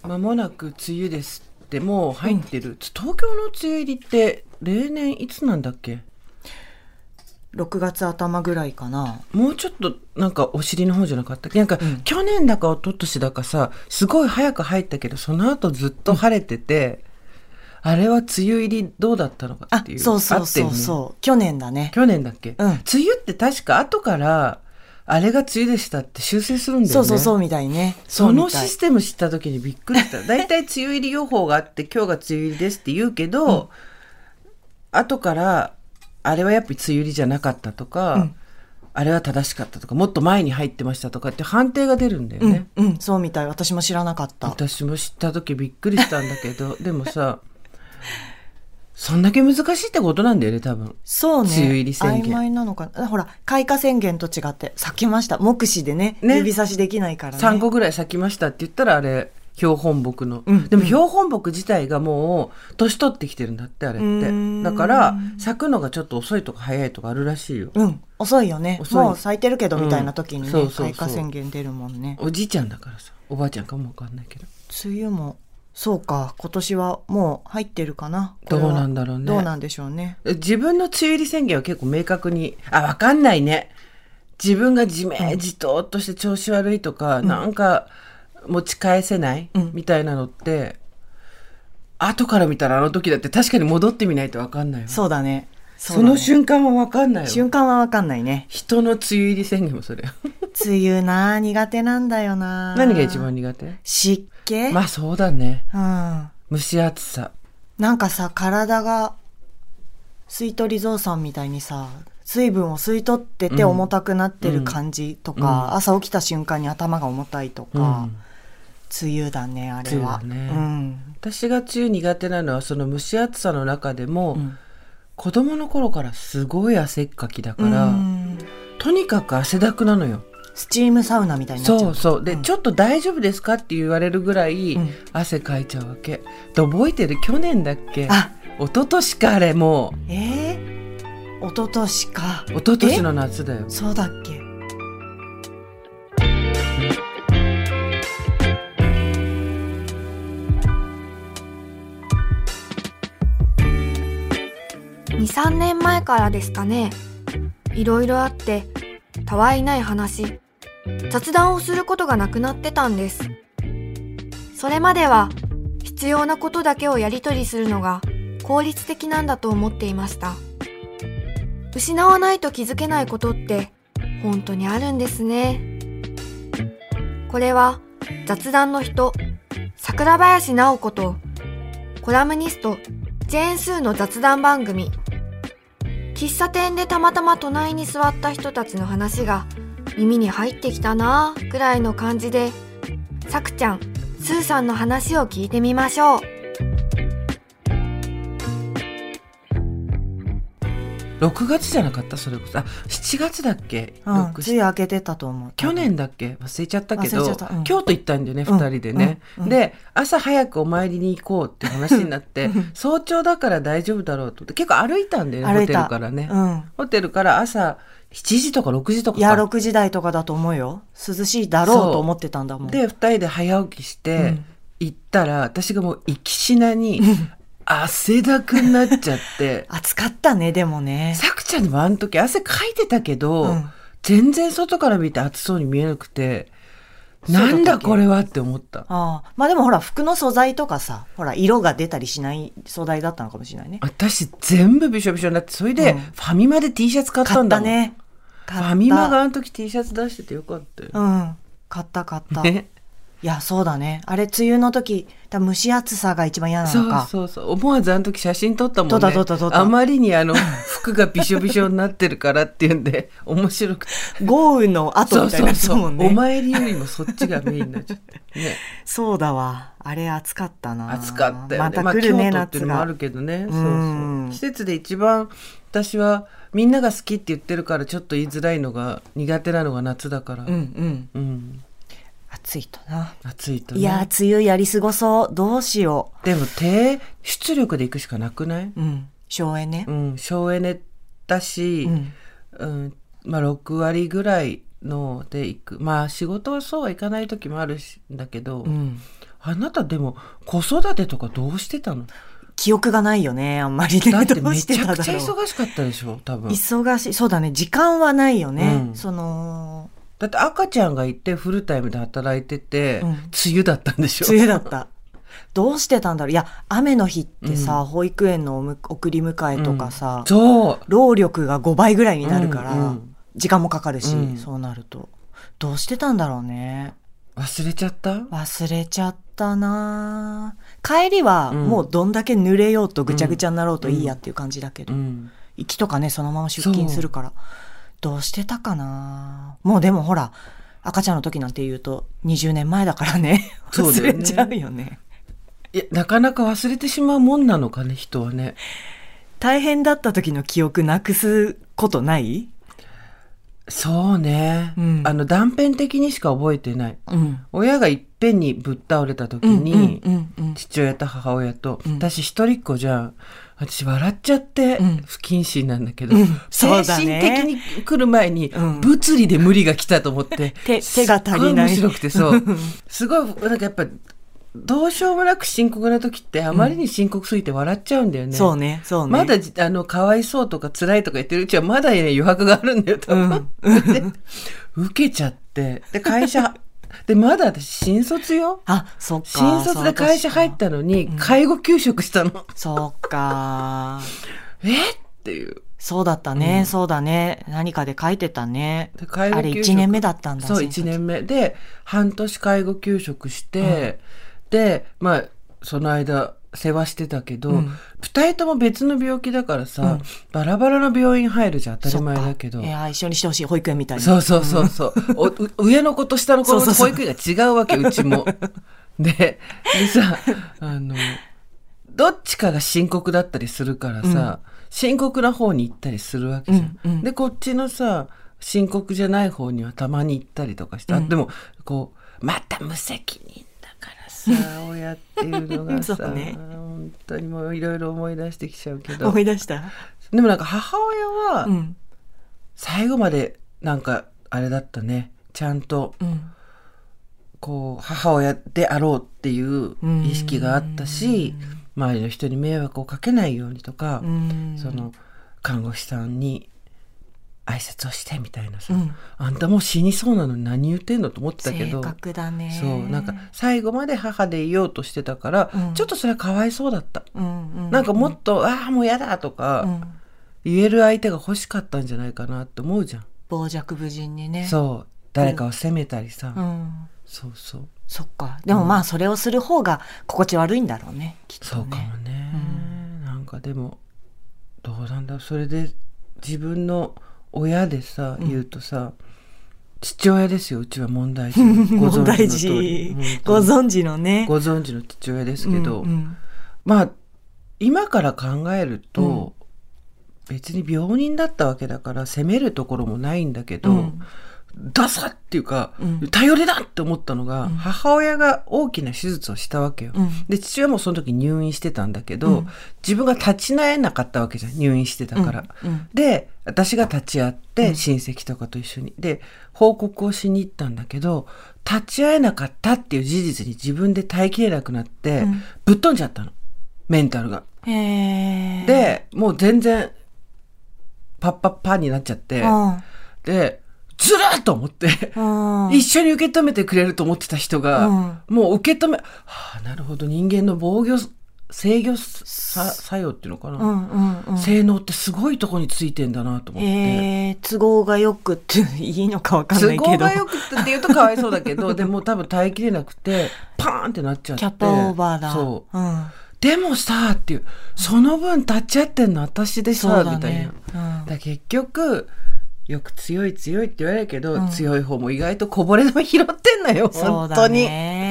間もなく梅雨ですってもう入ってる、東京の梅雨入りって例年いつなんだっけ。 6月頭ぐらいかな。 もうちょっとなんかお尻の方じゃなかったっけ。なんか、去年だか一昨年だかさ、すごい早く入ったけどその後ずっと晴れてて、あれは梅雨入りどうだったのかっていう。 そうそうそうそう、ね、去年だね。 去年だっけ、梅雨って確か後からあれが梅雨でしたって修正するんだよね。 そうみたいね。 そのシステム知った時にびっくりした。だいたい梅雨入り予報があって今日が梅雨入りですって言うけど、後からあれはやっぱり梅雨入りじゃなかったとか、あれは正しかったとか、もっと前に入ってましたとかって判定が出るんだよね。 そうみたい。私も知らなかった。 私も知った時びっくりしたんだけどでもさ、そんだけ難しいってことなんだよね、多分。 そうね。 梅雨入り宣言。 曖昧なのかな。ほら、開花宣言と違って、咲きました。目視でね、指差しできないからね。 3個ぐらい咲きましたって言ったら、あれ、標本木の。でも標本木自体がもう、年取ってきてるんだって、あれって。だから、咲くのがちょっと遅いとか早いとかあるらしいよ。 遅いよね。もう咲いてるけど、みたいな時にね、開花宣言出るもんね。 おじいちゃんだからさ、おばあちゃんかもわかんないけど。 梅雨も。そうか、今年はもう入ってるかな。 どうなんだろうね。 どうなんでしょうね。 自分の梅雨入り宣言は結構明確に、わかんないね。自分がじとっとして調子悪いとか、なんか持ち返せない、みたいなのって、後から見たらあの時だって確かに戻ってみないとわかんないわ。 そうだね。 その瞬間はわかんないわ。 瞬間はわかんないね。 人の梅雨入り宣言もそれ。 梅雨な、苦手なんだよな。 何が一番苦手？ 湿気？ まあそうだね。蒸し暑さ。 なんかさ、体が吸取蔵さんみたいにさ、水分を吸い取ってて重たくなってる感じとか、朝起きた瞬間に頭が重たいとか、梅雨だね、あれは。 私が梅雨苦手なのはその蒸し暑さの中でも、子供の頃からすごい汗っかきだから、とにかく汗だくなのよ。 スチームサウナみたいになっちゃう。 そうで、ちょっと大丈夫ですかって言われるぐらい汗かいちゃうわけ。で、覚えてる？去年だっけ？一昨年か、あれもう。 一昨年か。 一昨年の夏だよ。 そうだっけ。 2、3年前からですかね。いろいろあってたわいない話、雑談をすることがなくなってたんです。それまでは必要なことだけをやり取りするのが効率的なんだと思っていました。失わないと気づけないことって本当にあるんですね。これは雑談の人、桜林直子とコラムニストジェーン・スーの雑談番組。喫茶店でたまたま隣に座った人たちの話が耳に入ってきたなぁくらいの感じで、さくちゃん、スーさんの話を聞いてみましょう。 6月じゃなかった？それこそ7月だっけ？ 梅雨明けてたと思う。 去年だっけ？忘れちゃったけど、京都行ったんだよね、2人でね。で、朝早くお参りに行こうって話になって早朝だから大丈夫だろうと。結構歩いたんだよね、ホテルからね。ホテルから朝7時とか6時とか。 いや、6時台とかだと思うよ。涼しいだろうと思ってたんだもん。 で、2人で早起きして行ったら、私がもう行きしなに汗だくになっちゃって暑かったね。でもね、 さくちゃんでもあの時汗かいてたけど、全然外から見て暑そうに見えなくて、なんだこれはって思った。 まあでもほら、服の素材とかさ、ほら色が出たりしない素材だったのかもしれないね。 私全部びしょびしょになって、それでファミマで T シャツ買ったんだもん。 買ったね。 ファミマがあの時 T シャツ出しててよかったよ。 買った、ね。いや、そうだね。あれ、梅雨の時、蒸し暑さが一番嫌なのか。 そう。思わずあの時写真撮ったもんね。 撮った。 あまりに服がびしょびしょになってるからっていうんで、面白くて。 豪雨の後みたいなやつもんね。 お参りよりもそっちがメインになっちゃって。ね。 そうだわ。あれ暑かったな。 暑かったよね。 また来るね、 京都っていうのもあるけどね。そう。季節で一番私はみんなが好きって言ってるからちょっと言いづらいのが、苦手なのが夏だから。 暑いとな。 暑いとね。 いや、梅雨やり過ごそう。どうしよう。でも低出力で行くしかなくない？ 省エネ。 省エネだし、まあ6割ぐらいので行く。まあ仕事はそうはいかない時もあるんだけど、 あなたでも子育てとかどうしてたの？ 記憶がないよね、あんまりね。 だってどうめちゃしてただろう。 くちゃ忙しかったでしょ多分。 忙しい。そうだね。時間はないよね。 だって赤ちゃんがいてフルタイムで働いてて、梅雨だったんでしょ？ 梅雨だった。どうしてたんだろう。いや、雨の日ってさ、保育園の送り迎えとかさ、 そう労力が5倍ぐらいになるから、時間もかかるし、そうなると。どうしてたんだろうね。 忘れちゃった？ 忘れちゃったな。帰りはもうどんだけ濡れようとぐちゃぐちゃになろうといいやっていう感じだけど、行きとかね、そのまま出勤するから。どうしてたかな。もうでもほら、赤ちゃんの時なんて言うと20年前だからね。忘れちゃうよね。 いや、なかなか忘れてしまうもんなのかね、人はね。 大変だった時の記憶なくすことない？ そうね、断片的にしか覚えてない、親がいっぺんにぶっ倒れた時に、父親と母親と、私一人っ子じゃん。私笑っちゃって、不謹慎なんだけど、精神的に来る前に、物理で無理が来たと思って、 手が足りない。 すごい面白くて、そう。すごい、なんかやっぱ、どうしようもなく深刻な時ってあまりに深刻すぎて笑っちゃうんだよね。 そうね、そうね。 まだかわいそうとか辛いとか言ってるうちはまだね余白があるんだよ多分。で受けちゃってで会社でまだ私新卒よ。 あ、そっか。 新卒で会社入ったのに介護休職したの。 そっか。 っていう。 そうだったね、そうだね。何かで書いてたね。あれ1年目だったんだ。 そう1年目で半年介護休職して。で、まあ、その間、世話してたけど、二人とも別の病気だからさ、バラバラの病院入るじゃん、当たり前だけど。 いや、一緒にしてほしい、保育園みたいな。 そう。上の子と下の子の保育園が違うわけ、うちも。でさ、どっちかが深刻だったりするからさ、深刻な方に行ったりするわけじゃん。で、こっちのさ、深刻じゃない方にはたまに行ったりとかして、でも、こう、また無責任。親っていうのがさ、本当にもういろいろ思い出してきちゃうけど。 思い出した。 でもなんか母親は最後までなんかあれだったね。ちゃんとこう母親であろうっていう意識があったし、周りの人に迷惑をかけないようにとか、その看護師さんに挨拶をしてみたいなさ、あんたもう死にそうなのに何言ってんのと思ってたけど、 正確だね。 そうなんか最後まで母でいようとしてたから、ちょっとそれはかわいそうだった、なんかもっともうやだとか、言える相手が欲しかったんじゃないかなって思うじゃん。 傍若無人にね。 そう誰かを責めたりさ、そうそっか。でもまあそれをする方が心地悪いんだろうね、きっとね。 そうかもね、なんかでもどうなんだ、それで自分の親でさ、言うとさ、父親ですよ、うちは問題児。ご存知の通り。 ご存知のね。 ご存知の父親ですけど、まあ、今から考えると、別に病人だったわけだから責めるところもないんだけど、ダサっていうか、頼りだって思ったのが、母親が大きな手術をしたわけよ。で、父親もその時入院してたんだけど、自分が立ち直れなかったわけじゃん、入院してたから。で、私が立ち会って、親戚とかと一緒に。で、報告をしに行ったんだけど、立ち会えなかったっていう事実に自分で耐えきれなくなって、ぶっ飛んじゃったの。メンタルが。で、もう全然、パッパッパになっちゃって、で、ずるっと思って、一緒に受け止めてくれると思ってた人が、もう受け止め、なるほど、人間の制御作用っていうのかな、性能ってすごいとこについてんだなと思って。 都合がよくっていいのか分かんないけど。 都合がよくって言うとかわいそうだけど、でも多分耐えきれなくて、パーンってなっちゃって。 キャパオーバーだ。 そう。でもさっていう、その分立ち会ってんの私でさ、みたいな。だ結局、よく強いって言われるけど、強い方も意外とこぼれ玉拾ってんのよ、本当に。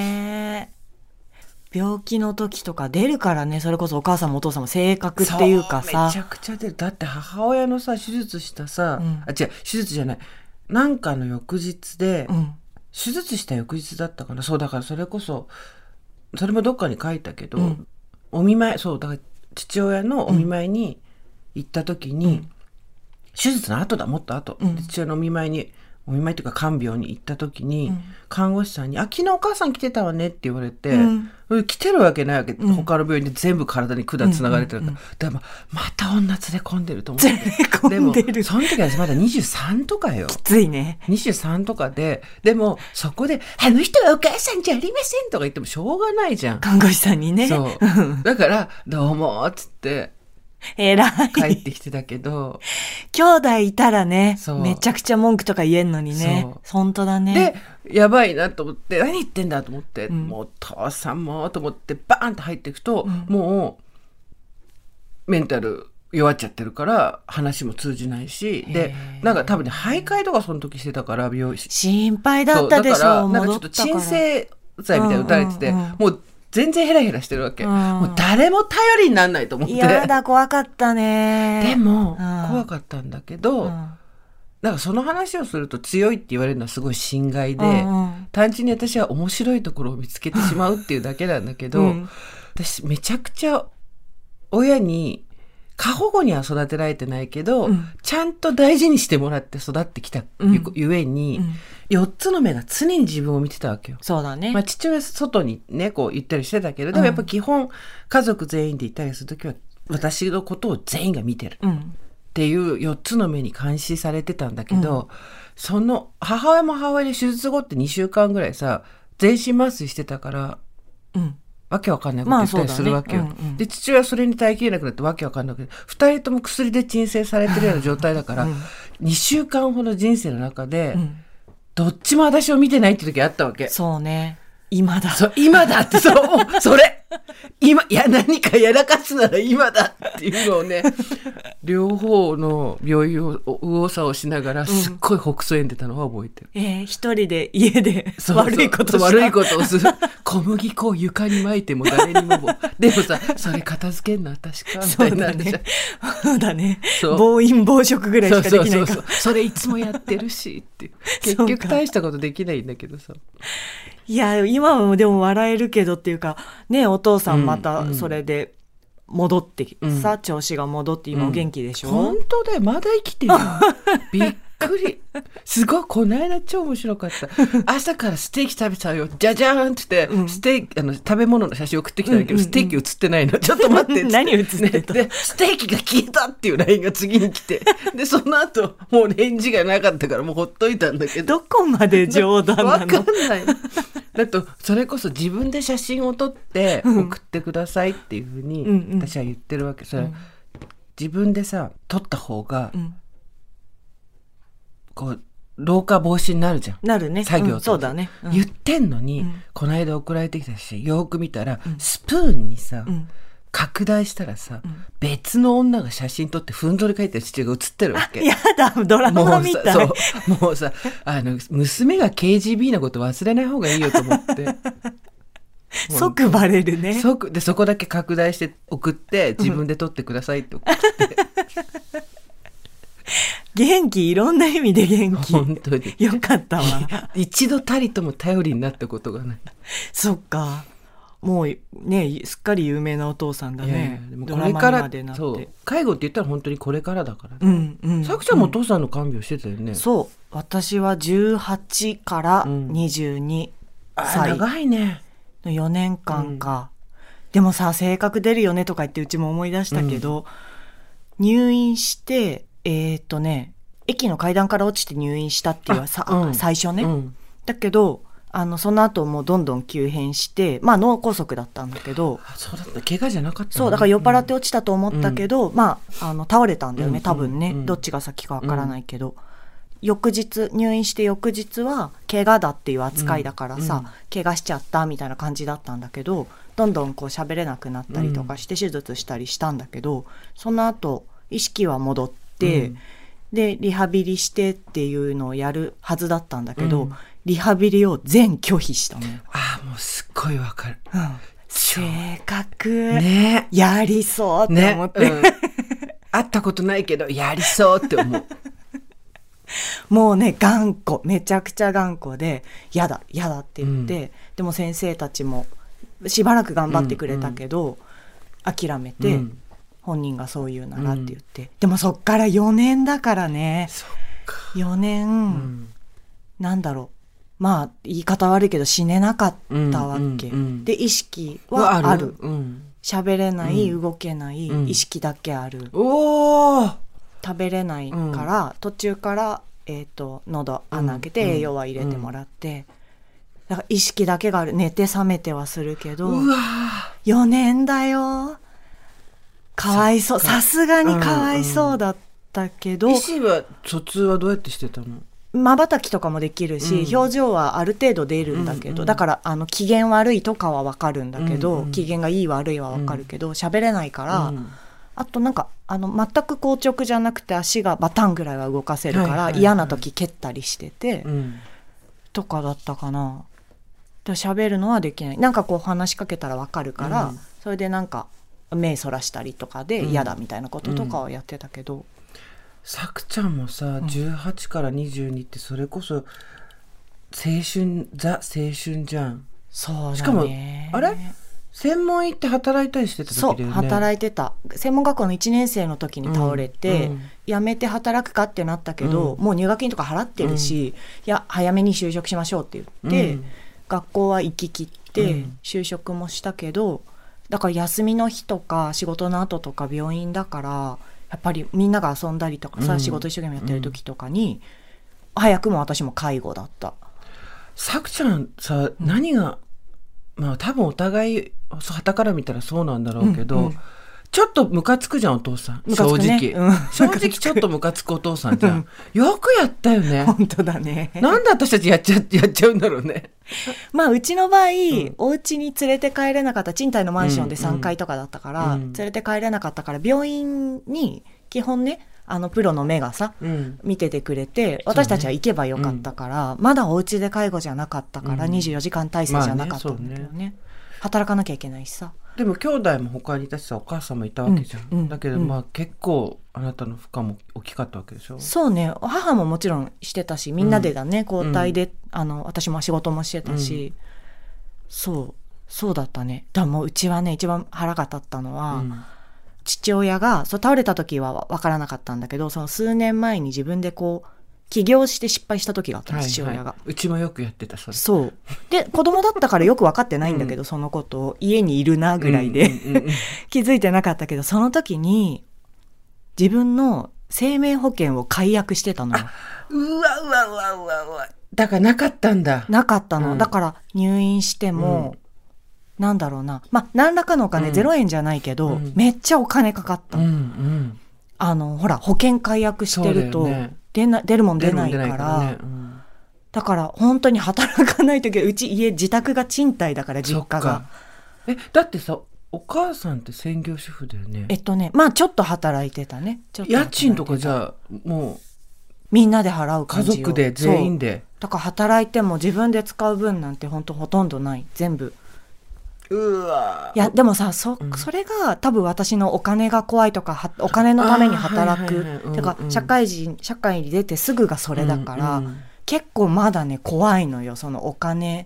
病気の時とか出るからね、それこそお母さんもお父さんも性格っていうかさ。 めちゃくちゃ出る。だって母親のさ、手術したさ、違う、手術じゃない。なんかの翌日で、手術した翌日だったかな。そう、だからそれこそ、それもどっかに書いたけど、お見舞い、そう、だから父親のお見舞いに行った時に、手術の後だ、もっと後。父親のお見舞いにお見舞いというか看病に行った時に、看護師さんに昨日お母さん来てたわねって言われて、来てるわけないわけ、他の病院で全部体に管つながれてるから、でもまた女連れ込んでると思って、 でもその時はまだ23とかよ。 きついね。 23とかで、でもそこであの人はお母さんじゃありませんとか言ってもしょうがないじゃん、 看護師さんにね。 そうだからどうもっつって偉い。 帰ってきてたけど兄弟いたらね、めちゃくちゃ文句とか言えんのにね。本当だね。 で、やばいなと思って、何言ってんだと思って、もう父さんもと思ってバーンと入っていくと、もうメンタル弱っちゃってるから話も通じないし、で、なんか多分ね、徘徊とかその時してたから、病院。 心配だったでしょ。 だからなんかちょっと鎮静剤みたいなの打たれてて、もう全然ヘラヘラしてるわけ。もう誰も頼りにならないと思って。 やだ、怖かったね。 でも、怖かったんだけど、なんかその話をすると強いって言われるのはすごい心外で、単純に私は面白いところを見つけてしまうっていうだけなんだけど、私めちゃくちゃ親に過保護には育てられてないけど、ちゃんと大事にしてもらって育ってきたゆえに、4つの目が常に自分を見てたわけよ。 そうだね。 まあ父親外にね、こう言ったりしてたけど、でもやっぱ基本家族全員で行ったりするときは私のことを全員が見てる。っていう4つの目に監視されてたんだけど、その母親も母親で手術後って2週間ぐらいさ、全身麻酔してたから、わけわかんないこと言ったりするわけよ。で、父親はそれに耐えきれなくなってわけわかんなくて、2人とも薬で鎮静されてるような状態だから、2週間ほど人生の中で、どっちも私を見てないって時あったわけ。 そうね。今だ。 そう、今だって、そう、それ今、いや、何かやらかすなら今だっていうのをね、両方の病院を右往左往しながら、すっごい北総園出たのは覚えてる。 一人で家で悪いことした。 悪いことをする。小麦粉を床に巻いても誰にも。でもさ、それ片付けんの私か、みたいな。 そうだね。暴飲暴食ぐらいしかできないから。 それいつもやってるしっていう。結局大したことできないんだけどさ。 いや、今はでも笑えるけどっていうか、ね、お父さんまたそれで戻ってさ、調子が戻って今お元気でしょ。 本当だよ、まだ生きてるよ。びっくり。すごい、この間超面白かった。朝からステーキ食べちゃうよ。じゃじゃーんって言って、ステーキ、食べ物の写真送ってきたんだけど、ステーキ写ってないの。ちょっと待って。 何写ってた？ で、ステーキが消えたっていう LINE が次に来て。で、その後、もう返事がなかったからもうほっといたんだけど。 どこまで冗談なの？ わかんない。だと、それこそ自分で写真を撮って送ってくださいっていうふうに私は言ってるわけ。それ自分でさ、撮った方が、こう、老化防止になるじゃん。 なるね。 作業と、 そうだね。 言ってんのに、この間送られてきたし、よく見たら、スプーンにさ、拡大したらさ、別の女が写真撮ってふんぞり返ってる父が写ってるわけ。 やだ、ドラマみたい。 もうさ、娘が KGB のこと忘れない方がいいよと思って。 即バレるね。 で、そこだけ拡大して送って、自分で撮ってくださいって送って。 元気、いろんな意味で元気。 本当に。 よかったわ。 一度たりとも頼りになったことがない。 そっか。もうね、すっかり有名なお父さんだね。 でもこれからそう介護って言ったら本当にこれからだからね。さくちゃんもお父さんの看病してたよね。 そう。私は18から22歳。 長いね。 の4年間か。でもさ、性格出るよねとか言ってうちも思い出したけど、入院して、駅の階段から落ちて入院したっていう最初ね。だけど、その後もうどんどん急変して、まあ脳梗塞だったんだけど。 そうだった。怪我じゃなかったの？ そう、だから酔っ払って落ちたと思ったけど、まあ、倒れたんだよね、多分ね。どっちが先かわからないけど。入院して翌日は、怪我だっていう扱いだからさ、怪我しちゃったみたいな感じだったんだけど、どんどんこう喋れなくなったりとかして手術したりしたんだけど、その後、意識は戻って、で、リハビリしてっていうのをやるはずだったんだけど、リハビリを全拒否したの。 ああ、もうすっごいわかる。 性格、ね、やりそうって思って。 会ったことないけど、やりそうって思う。 もうね、頑固。めちゃくちゃ頑固で、やだって言って、でも先生たちもしばらく頑張ってくれたけど、諦めて、本人がそう言うならって言って。でもそっから4年だからね。 そっか。 4年、 なんだろう、まあ言い方悪いけど死ねなかったわけ、で意識はある、喋れない、動けない、意識だけある、食べれないから、途中から喉穴開けて栄養は入れてもらって、だから意識だけがある。寝て覚めてはするけど、4年だよ。かわいそう。さすがにかわいそうだったけど。 医師は疎通はどうやってしてたの？ 瞬きとかもできるし、表情はある程度出るんだけど、だから機嫌悪いとかはわかるんだけど、機嫌がいい悪いはわかるけど、喋れないから、あとなんか全く硬直じゃなくて足がバタンぐらいは動かせるから、嫌な時蹴ったりしてて、とかだったかな。で喋るのはできない。なんかこう話しかけたらわかるから、それでなんか目そらしたりとかで嫌だみたいなこととかはやってたけど、 さくちゃんもさ、18から22ってそれこそ青春じゃん。 そうだね。 しかもあれ専門行って働いたりしてた時だよね。 そう、働いてた。専門学校の1年生の時に倒れて、辞めて働くかってなったけど、もう入学金とか払ってるし、いや早めに就職しましょうって言って、学校は行き切って就職もしたけど、だから休みの日とか仕事の後とか病院だから、やっぱりみんなが遊んだりとかさ、仕事一生懸命やってる時とかに、早くも私も介護だった。 さくちゃんさ、何がまあ多分お互い傍から見たらそうなんだろうけど、ちょっとムカつくじゃんお父さん、正直、正直ちょっとムカつくお父さんじゃん。よくやったよね。 本当だね。 なんで私たちやっちゃうんだろうね。 まあうちの場合、お家に連れて帰れなかった、賃貸のマンションで3階とかだったから、連れて帰れなかったから、病院に基本ね、プロの目がさ、見ててくれて、私たちは行けばよかったから、まだお家で介護じゃなかったから、24時間体制じゃなかったんだけどね。働かなきゃいけないしさ。 でも兄弟も他にいたしさ、お母さんもいたわけじゃん、だけどまあ結構あなたの負荷も大きかったわけでしょ。 そうね、母ももちろんしてたし、みんなでだね、交代で、私も仕事もしてたし、そうだったね。だからもううちはね、一番腹が立ったのは、父親が倒れた時は分からなかったんだけど、その数年前に自分でこう起業して失敗した時があったの、父親が。 うちもよくやってた、それ。 そうで、子供だったからよく分かってないんだけど、そのことを家にいるなぐらいで、気づいてなかったけど、その時に自分の生命保険を解約してたのよ。 うわだからなかったんだ。 なかったの、だから入院しても、なんだろうな、まあ何らかのお金、0円じゃないけど、めっちゃお金かかった、ほら保険解約してると、出るもん出ないから、だから本当に働かないときは、うち自宅が賃貸だから、実家が。 だってさ、お母さんって専業主婦だよね。 まあちょっと働いてたね。 家賃とかじゃあもうみんなで払う感じよ。 家族で全員で。 だから働いても自分で使う分なんて本当ほとんどない、全部。いやでもさ、それが多分私のお金が怖いとか、お金のために働く、てか社会に出てすぐがそれだから、結構まだね怖いのよ、そのお金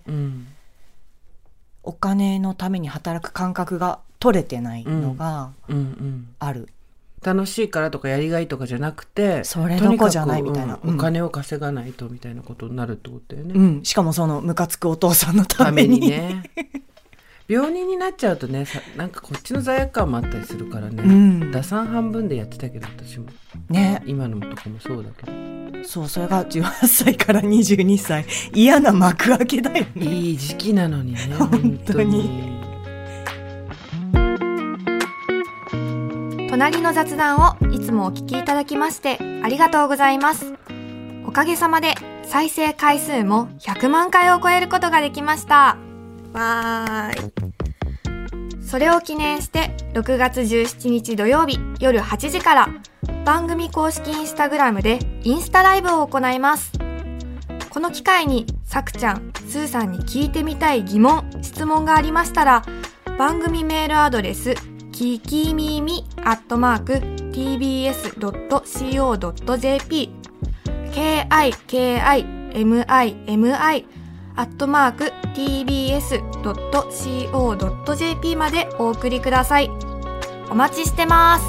のために働く感覚が取れてないのがある。 楽しいからとかやりがいとかじゃなくて、 それどこじゃないみたいな、 お金を稼がないとみたいなことになるってことだよね。 しかもそのムカつくお父さんのためにね。病人になっちゃうとね、なんかこっちの罪悪感もあったりするからね、打算半分でやってたけど、私もね、今のとこもそうだけど、 それが18歳から22歳、嫌な幕開けだよね。 いい時期なのにね、 本当に。 隣の雑談をいつもお聞きいただきましてありがとうございます。おかげさまで再生回数も100万回を超えることができました。わーい。それを記念して6月17日土曜日夜8時から番組公式インスタグラムでインスタライブを行います。この機会にさくちゃん、スーさんに聞いてみたい疑問、質問がありましたら、番組メールアドレスききみみ@tbs.co.jp KIKIMI@tbs.co.jp までお送りください。お待ちしてます。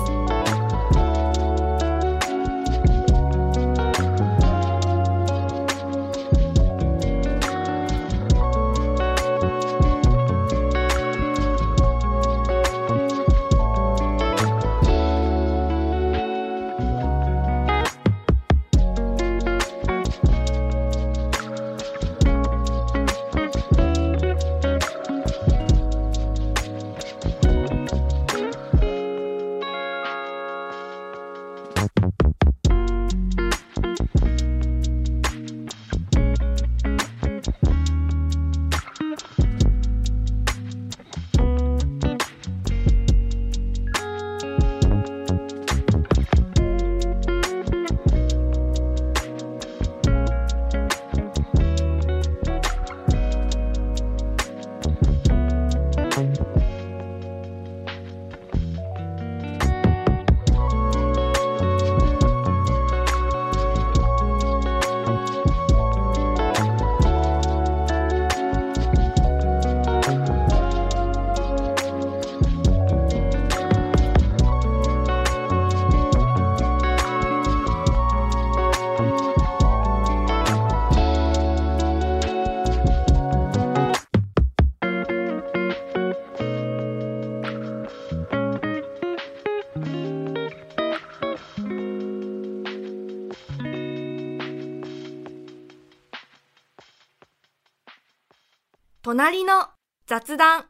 隣の雑談。